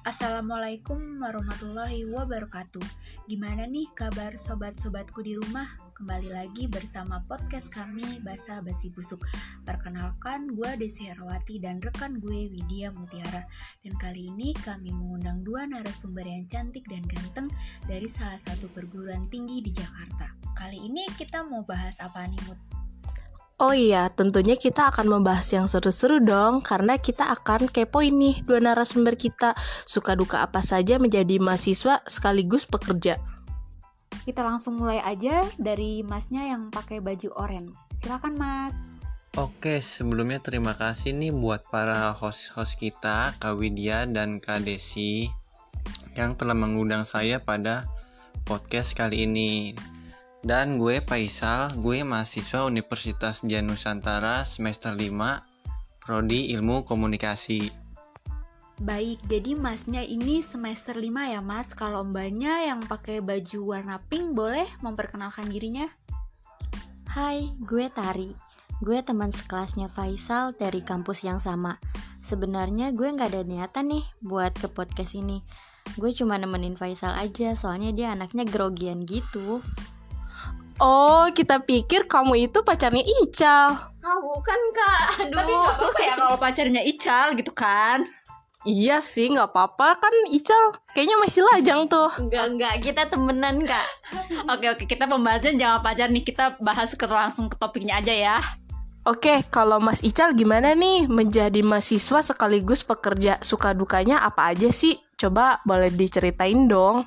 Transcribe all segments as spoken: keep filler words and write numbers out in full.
Assalamualaikum warahmatullahi wabarakatuh. Gimana nih kabar sobat-sobatku di rumah? Kembali lagi bersama podcast kami Basa Basi Busuk. Perkenalkan, gue Desi Herawati dan rekan gue Widya Mutiara. Dan kali ini kami mengundang dua narasumber yang cantik dan ganteng dari salah satu perguruan tinggi di Jakarta. Kali ini kita mau bahas apa nih, Mut? Oh iya, tentunya kita akan membahas yang seru-seru dong, karena kita akan kepoin nih dua narasumber kita, suka duka apa saja menjadi mahasiswa sekaligus pekerja. Kita langsung mulai aja dari masnya yang pakai baju oranye. Silakan, Mas. Oke, sebelumnya terima kasih nih buat para host-host kita, Kak Widya dan Kak Desi, yang telah mengundang saya pada podcast kali ini. Dan gue Faisal, gue mahasiswa Universitas Dian Nusantara semester lima, Prodi Ilmu Komunikasi. Baik, jadi masnya ini semester lima ya, Mas. Kalau mbaknya yang pakai baju warna pink, boleh memperkenalkan dirinya? Hai, gue Tari. Gue teman sekelasnya Faisal dari kampus yang sama. Sebenarnya gue gak ada niatan nih buat ke podcast ini. Gue cuma nemenin Faisal aja, soalnya dia anaknya grogian gitu. Oh, kita pikir kamu itu pacarnya Ical. Ah, bukan Kak, aduh. Tapi gak apa-apa ya kalau pacarnya Ical gitu kan? Iya sih, gak apa-apa kan Ical. Kayaknya masih lajang tuh. Enggak-enggak, kita temenan Kak. Oke-oke, kita pembahasan jangan pacar nih. Kita bahas ke langsung ke topiknya aja ya. Oke, kalau Mas Ical gimana nih menjadi mahasiswa sekaligus pekerja? Suka dukanya apa aja sih? Coba boleh diceritain dong.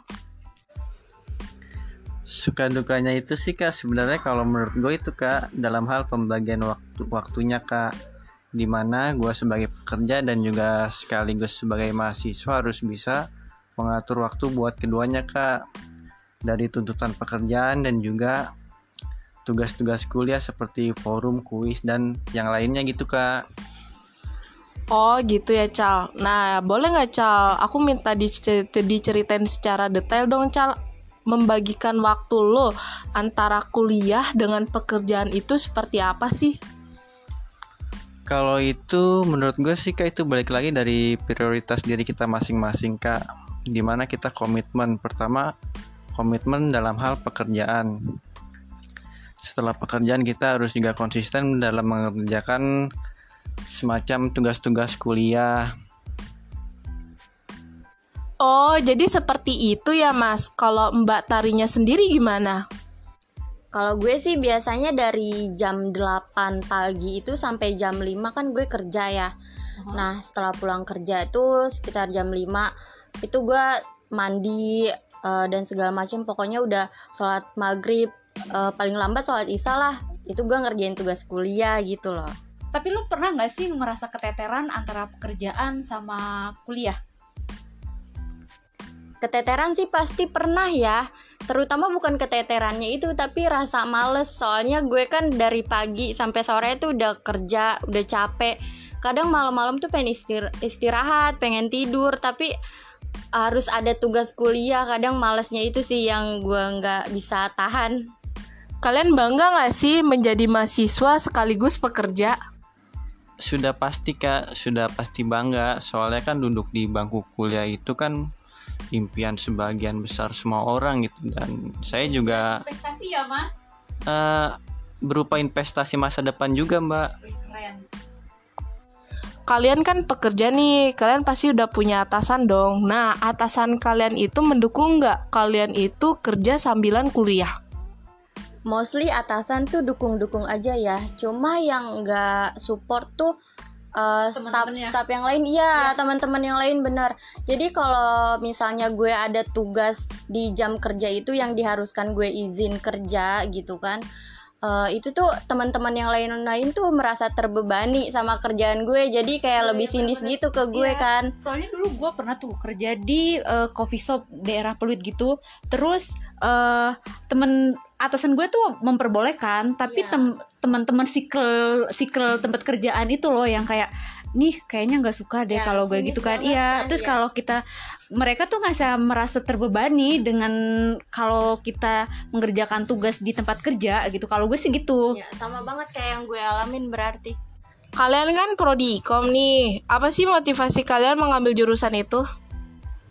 Suka dukanya itu sih Kak, sebenarnya kalau menurut gue itu Kak, dalam hal pembagian waktu waktunya Kak, dimana gue sebagai pekerja dan juga sekaligus sebagai mahasiswa harus bisa mengatur waktu buat keduanya Kak, dari tuntutan pekerjaan dan juga tugas-tugas kuliah seperti forum, kuis, dan yang lainnya gitu Kak. Oh gitu ya Cal. Nah boleh gak Cal, aku minta dicer- diceritain secara detail dong Cal, membagikan waktu lo antara kuliah dengan pekerjaan itu seperti apa sih? Kalau itu menurut gue sih Kak, itu balik lagi dari prioritas diri kita masing-masing Kak, dimana kita komitmen. Pertama, komitmen dalam hal pekerjaan. Setelah pekerjaan kita harus juga konsisten dalam mengerjakan semacam tugas-tugas kuliah. Oh, jadi seperti itu ya Mas. Kalau Mbak Tarinya sendiri gimana? Kalau gue sih biasanya dari jam delapan pagi itu sampai jam lima kan gue kerja ya. Uh-huh. Nah setelah pulang kerja itu sekitar jam lima itu gue mandi uh, dan segala macam. Pokoknya udah sholat maghrib, uh, paling lambat sholat isya lah. Itu gue ngerjain tugas kuliah gitu loh. Tapi lu pernah gak sih merasa keteteran antara pekerjaan sama kuliah? Keteteran sih pasti pernah ya. Terutama bukan keteterannya itu, tapi rasa males. Soalnya gue kan dari pagi sampai sore tuh udah kerja, udah capek. Kadang malam-malam tuh pengen istir- istirahat, pengen tidur, tapi harus ada tugas kuliah. Kadang malesnya itu sih yang gue gak bisa tahan. Kalian bangga gak sih menjadi mahasiswa sekaligus pekerja? Sudah pasti Kak, sudah pasti bangga. Soalnya kan duduk di bangku kuliah itu kan impian sebagian besar semua orang gitu, dan saya juga investasi ya Mas? Uh, berupa investasi masa depan juga Mbak. Keren. Kalian kan pekerja nih, kalian pasti udah punya atasan dong. Nah, atasan kalian itu mendukung nggak kalian itu kerja sambilan kuliah? Mostly atasan tuh dukung-dukung aja ya. Cuma yang nggak support tuh Uh, staff-staff yang lain, iya ya. Teman-teman yang lain benar. Jadi kalau misalnya gue ada tugas di jam kerja itu yang diharuskan gue izin kerja gitu kan, uh, itu tuh teman-teman yang lain-lain tuh merasa terbebani sama kerjaan gue. Jadi kayak ya, lebih sinis ya, gitu ke gue ya. Kan. Soalnya dulu gue pernah tuh kerja di uh, coffee shop daerah Pluit gitu. Terus uh, temen atasan gue tuh memperbolehkan, tapi yeah. tem- teman-teman sikl sikl tempat kerjaan itu loh yang kayak nih kayaknya nggak suka deh yeah, kalau gue gitu kan, iya. Kan, terus ya. Kalau kita mereka tuh nggak merasa terbebani dengan kalau kita mengerjakan tugas di tempat kerja gitu. Kalau gue sih gitu. Ya, sama banget kayak yang gue alamin berarti. Kalian kan prodi ikom nih, apa sih motivasi kalian mengambil jurusan itu?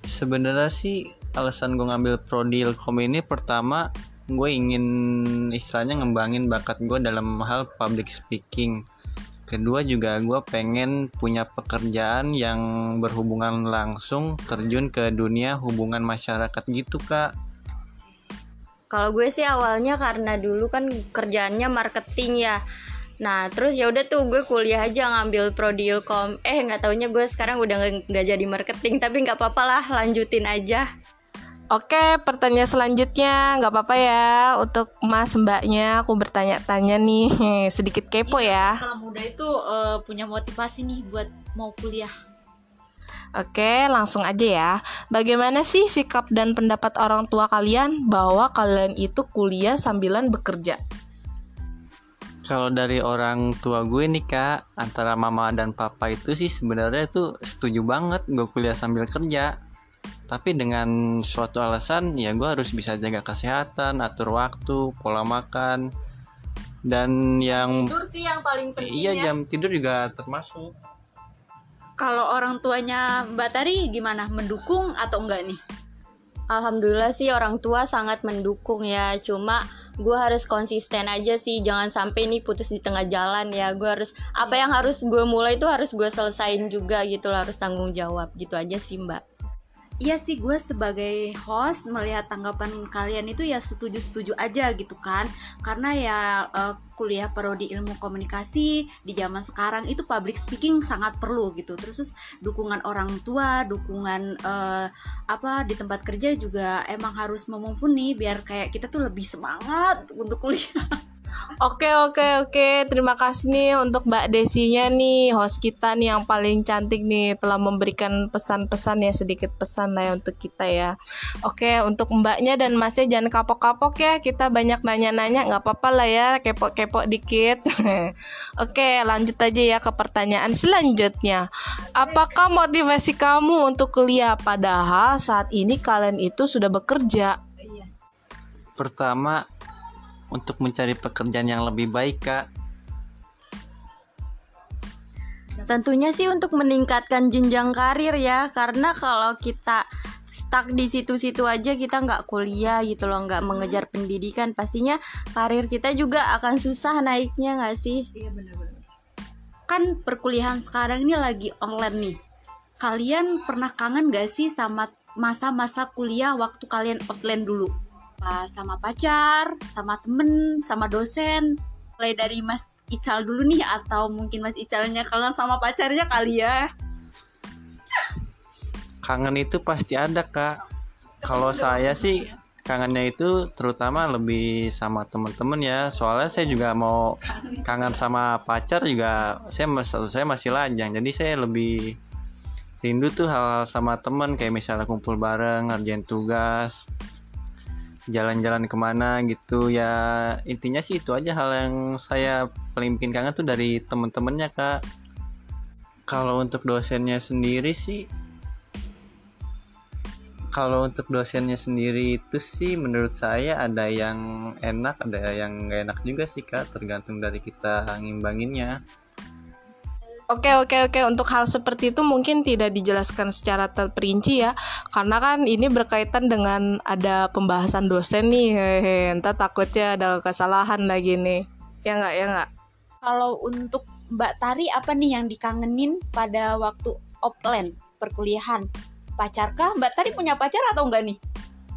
Sebenarnya sih alasan gue ngambil prodi Ilkom ini, pertama gue ingin istilahnya ngembangin bakat gue dalam hal public speaking. Kedua juga gue pengen punya pekerjaan yang berhubungan langsung terjun ke dunia hubungan masyarakat gitu kak. Kalau gue sih awalnya karena dulu kan kerjaannya marketing ya. Nah terus ya udah tuh gue kuliah aja ngambil prodi Ilkom. Eh nggak taunya gue sekarang udah nggak jadi marketing, tapi nggak apa-apa lah, lanjutin aja. Oke, pertanyaan selanjutnya nggak apa-apa ya untuk mas mbaknya, aku bertanya-tanya nih, sedikit kepo ya. Kalau muda itu uh, punya motivasi nih buat mau kuliah. Oke, langsung aja ya. Bagaimana sih sikap dan pendapat orang tua kalian bahwa kalian itu kuliah sambilan bekerja? Kalau dari orang tua gue nih kak, antara mama dan papa itu sih sebenarnya tuh setuju banget gue kuliah sambil kerja. Tapi dengan suatu alasan, ya gue harus bisa jaga kesehatan, atur waktu, pola makan, dan yang Tidur sih yang paling penting iya ya. jam tidur juga termasuk. Kalau orang tuanya Mbak Tari gimana? Mendukung atau enggak nih? Alhamdulillah sih orang tua sangat mendukung ya. Cuma gue harus konsisten aja sih, jangan sampai nih putus di tengah jalan ya. Gue harus apa yang harus gue mulai itu harus gue selesain juga gitu lah, harus tanggung jawab gitu aja sih Mbak. Iya sih, gue sebagai host melihat tanggapan kalian itu ya setuju-setuju aja gitu kan. Karena ya uh, kuliah prodi ilmu komunikasi di zaman sekarang itu public speaking sangat perlu gitu. Terus, terus dukungan orang tua, dukungan uh, apa di tempat kerja juga emang harus memumpuni biar kayak kita tuh lebih semangat untuk kuliah. Oke oke oke, terima kasih nih untuk Mbak Desinya nih, host kita nih yang paling cantik nih, telah memberikan pesan-pesan ya, sedikit pesan lah ya untuk kita ya. Oke, untuk Mbaknya dan Masnya jangan kapok-kapok ya, kita banyak nanya-nanya, nggak apa-apa lah ya, kepo-kepo dikit. Oke, lanjut aja ya ke pertanyaan selanjutnya. Apakah motivasi kamu untuk kuliah padahal saat ini kalian itu sudah bekerja? Pertama, untuk mencari pekerjaan yang lebih baik kak. Tentunya sih untuk meningkatkan jenjang karir ya. Karena kalau kita stuck di situ-situ aja, kita nggak kuliah gitu loh, nggak mengejar pendidikan, pastinya karir kita juga akan susah naiknya nggak sih? Iya benar-benar. Kan perkuliahan sekarang ini lagi online nih. Kalian pernah kangen gak sih sama masa-masa kuliah waktu kalian offline dulu? Sama pacar, sama temen, sama dosen. Mulai dari Mas Ical dulu nih, atau mungkin Mas Icalnya kangen sama pacarnya kali ya. Kangen itu pasti ada kak. Kalau saya sih kangennya itu terutama lebih sama teman-teman ya. Soalnya saya juga mau kangen sama pacar juga. Saya status saya masih lajang, jadi saya lebih rindu tuh hal-hal sama teman, kayak misalnya kumpul bareng, ngerjain tugas, jalan-jalan kemana gitu ya. Intinya sih itu aja hal yang saya paling bikin kangen tuh dari temen-temennya kak. Kalau untuk dosennya sendiri sih Kalau untuk dosennya sendiri itu sih menurut saya ada yang enak, ada yang gak enak juga sih kak, tergantung dari kita ngimbanginnya. Oke oke oke, untuk hal seperti itu mungkin tidak dijelaskan secara terperinci ya, karena kan ini berkaitan dengan ada pembahasan dosen nih, hehe, entah takutnya ada kesalahan lagi nih, ya nggak ya nggak. Kalau untuk Mbak Tari apa nih yang dikangenin pada waktu offline perkuliahan? Pacar kah? Mbak Tari punya pacar atau enggak nih?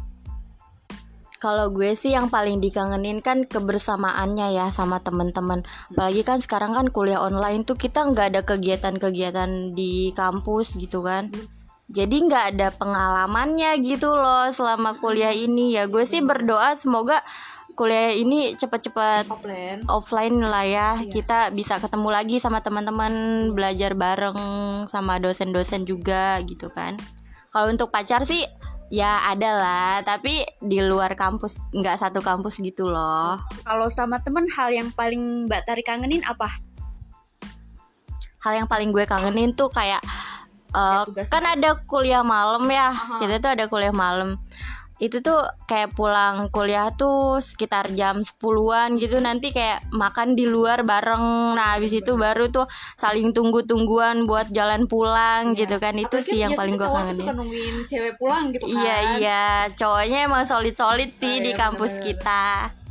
Kalau gue sih yang paling dikangenin kan kebersamaannya ya sama teman-teman. Apalagi kan sekarang kan kuliah online tuh kita nggak ada kegiatan-kegiatan di kampus gitu kan. Jadi nggak ada pengalamannya gitu loh selama kuliah ini. Ya gue sih berdoa semoga kuliah ini cepat-cepat Offline. offline lah ya. Iya. Kita bisa ketemu lagi sama teman-teman, belajar bareng sama dosen-dosen juga gitu kan. Kalau untuk pacar sih ya ada lah, tapi di luar kampus, nggak satu kampus gitu loh. Kalau sama temen, hal yang paling Mbak Tari kangenin apa? Hal yang paling gue kangenin tuh kayak uh, tugas. kan ada kuliah malam ya. Aha. Kita tuh ada kuliah malam. itu tuh kayak pulang kuliah tuh sekitar jam sepuluhan gitu, nanti kayak makan di luar bareng. Nah habis itu baru tuh saling tunggu-tungguan buat jalan pulang Iya. gitu kan. Itu Apalagi sih yang biasanya paling gue cowok tuh kangenin. suka nungguin cewek pulang gitu kan. Iya iya, cowoknya emang solid-solid sih Oh, di iya, kampus bener-bener. kita.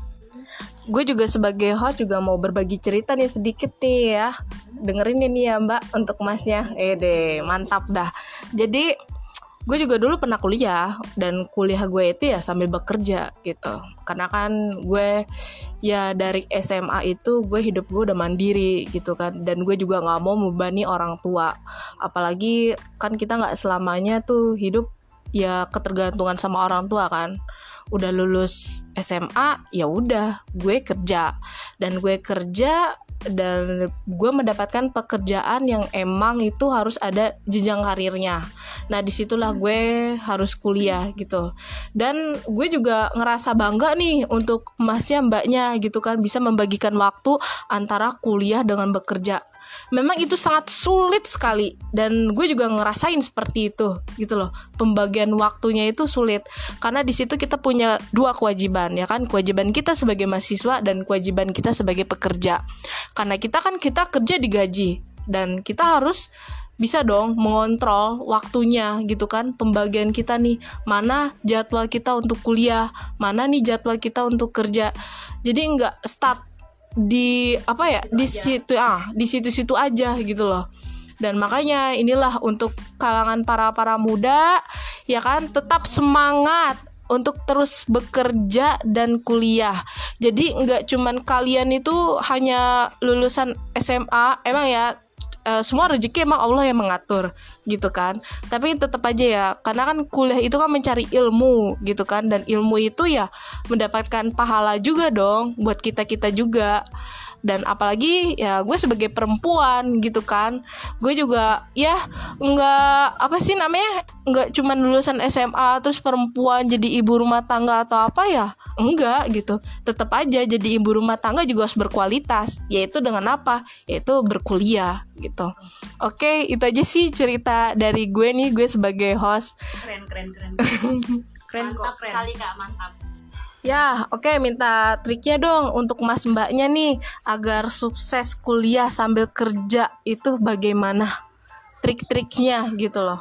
Gue juga sebagai host juga mau berbagi cerita nih sedikit nih ya. Dengerin ini ya Mbak untuk Masnya. Eh deh, mantap dah. Jadi gue juga dulu pernah kuliah, dan kuliah gue itu ya sambil bekerja gitu. Karena kan gue ya dari S M A itu gue hidup gue udah mandiri gitu kan, dan gue juga nggak mau membebani orang tua. Apalagi kan kita nggak selamanya tuh hidup ya ketergantungan sama orang tua kan. Udah lulus S M A ya udah gue kerja, dan gue kerja dan gue mendapatkan pekerjaan yang emang itu harus ada jenjang karirnya. Nah disitulah gue harus kuliah gitu, dan gue juga ngerasa bangga nih untuk Masnya Mbaknya gitu kan, bisa membagikan waktu antara kuliah dengan bekerja. Memang itu sangat sulit sekali, dan gue juga ngerasain seperti itu gitu loh. Pembagian waktunya itu sulit karena di situ kita punya dua kewajiban ya kan, kewajiban kita sebagai mahasiswa dan kewajiban kita sebagai pekerja. Karena kita kan kita kerja digaji, dan kita harus bisa dong mengontrol waktunya gitu kan, pembagian kita nih, mana jadwal kita untuk kuliah, mana nih jadwal kita untuk kerja. Jadi nggak start di apa ya di situ ah di situ-situ aja gitu loh. Dan makanya inilah untuk kalangan para para muda ya kan, tetap semangat untuk terus bekerja dan kuliah. Jadi nggak cuman kalian itu hanya lulusan S M A, emang ya e, semua rezeki emang Allah yang mengatur gitu kan. Tapi tetap aja ya, karena kan kuliah itu kan mencari ilmu gitu kan, dan ilmu itu ya mendapatkan pahala juga dong buat kita-kita juga. Dan apalagi ya gue sebagai perempuan gitu kan, gue juga ya nggak apa sih namanya, nggak cuman lulusan S M A terus perempuan jadi ibu rumah tangga atau apa ya, enggak gitu. Tetap aja jadi ibu rumah tangga juga harus berkualitas, yaitu dengan apa, yaitu berkuliah gitu. Oke, itu aja sih cerita dari gue nih, gue sebagai host. Keren keren keren. Keren Mantap kok, keren. sekali Kak, mantap. Ya, oke, minta triknya dong untuk Mas Mbaknya nih agar sukses kuliah sambil kerja itu bagaimana? Trik-triknya gitu loh.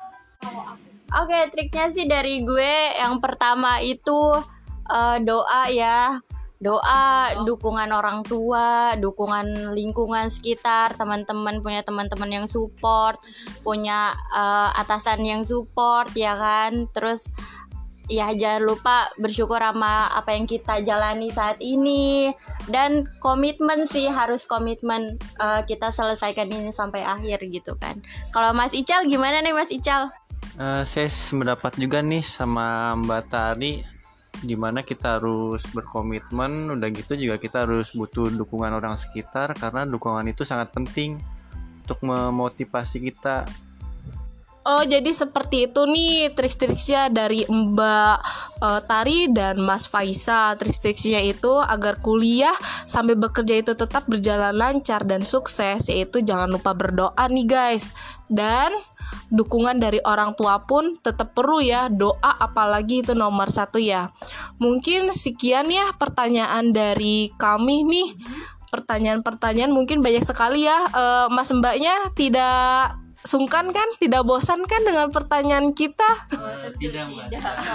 Oke, triknya sih dari gue yang pertama itu eh, doa ya. Doa, dukungan orang tua, dukungan lingkungan sekitar, teman-teman, punya teman-teman yang support, punya eh, atasan yang support ya kan. Terus ya jangan lupa bersyukur sama apa yang kita jalani saat ini, dan komitmen sih, harus komitmen eh, kita selesaikan ini sampai akhir gitu kan. Kalau Mas Ical gimana nih Mas Ical? Eh, saya sependapat juga nih sama Mbak Tari, dimana kita harus berkomitmen. Udah gitu juga kita harus butuh dukungan orang sekitar, karena dukungan itu sangat penting untuk memotivasi kita. Oh, jadi seperti itu nih trik-triknya dari Mbak uh, Tari dan Mas Faisal. Trik-triknya itu agar kuliah sambil bekerja itu tetap berjalan lancar dan sukses, yaitu jangan lupa berdoa nih guys. Dan dukungan dari orang tua pun tetap perlu ya, doa apalagi itu nomor satu ya. Mungkin sekian ya pertanyaan dari kami nih. Pertanyaan-pertanyaan mungkin banyak sekali ya. uh, Mas Mbaknya tidak sungkan kan, tidak bosan kan dengan pertanyaan kita? Uh, tidak, Mbak.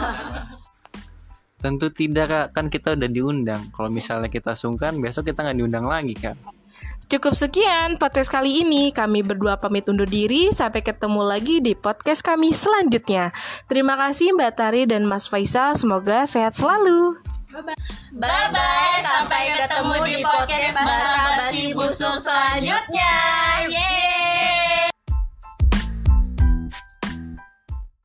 Tentu tidak, Kak. Kan kita udah diundang. Kalau misalnya kita sungkan, besok kita nggak diundang lagi, Kak. Cukup sekian podcast kali ini. Kami berdua pamit undur diri. Sampai ketemu lagi di podcast kami selanjutnya. Terima kasih Mbak Tari dan Mas Faisal. Semoga sehat selalu. Bye bye, sampai ketemu di podcast Basa Basi Busuk selanjutnya.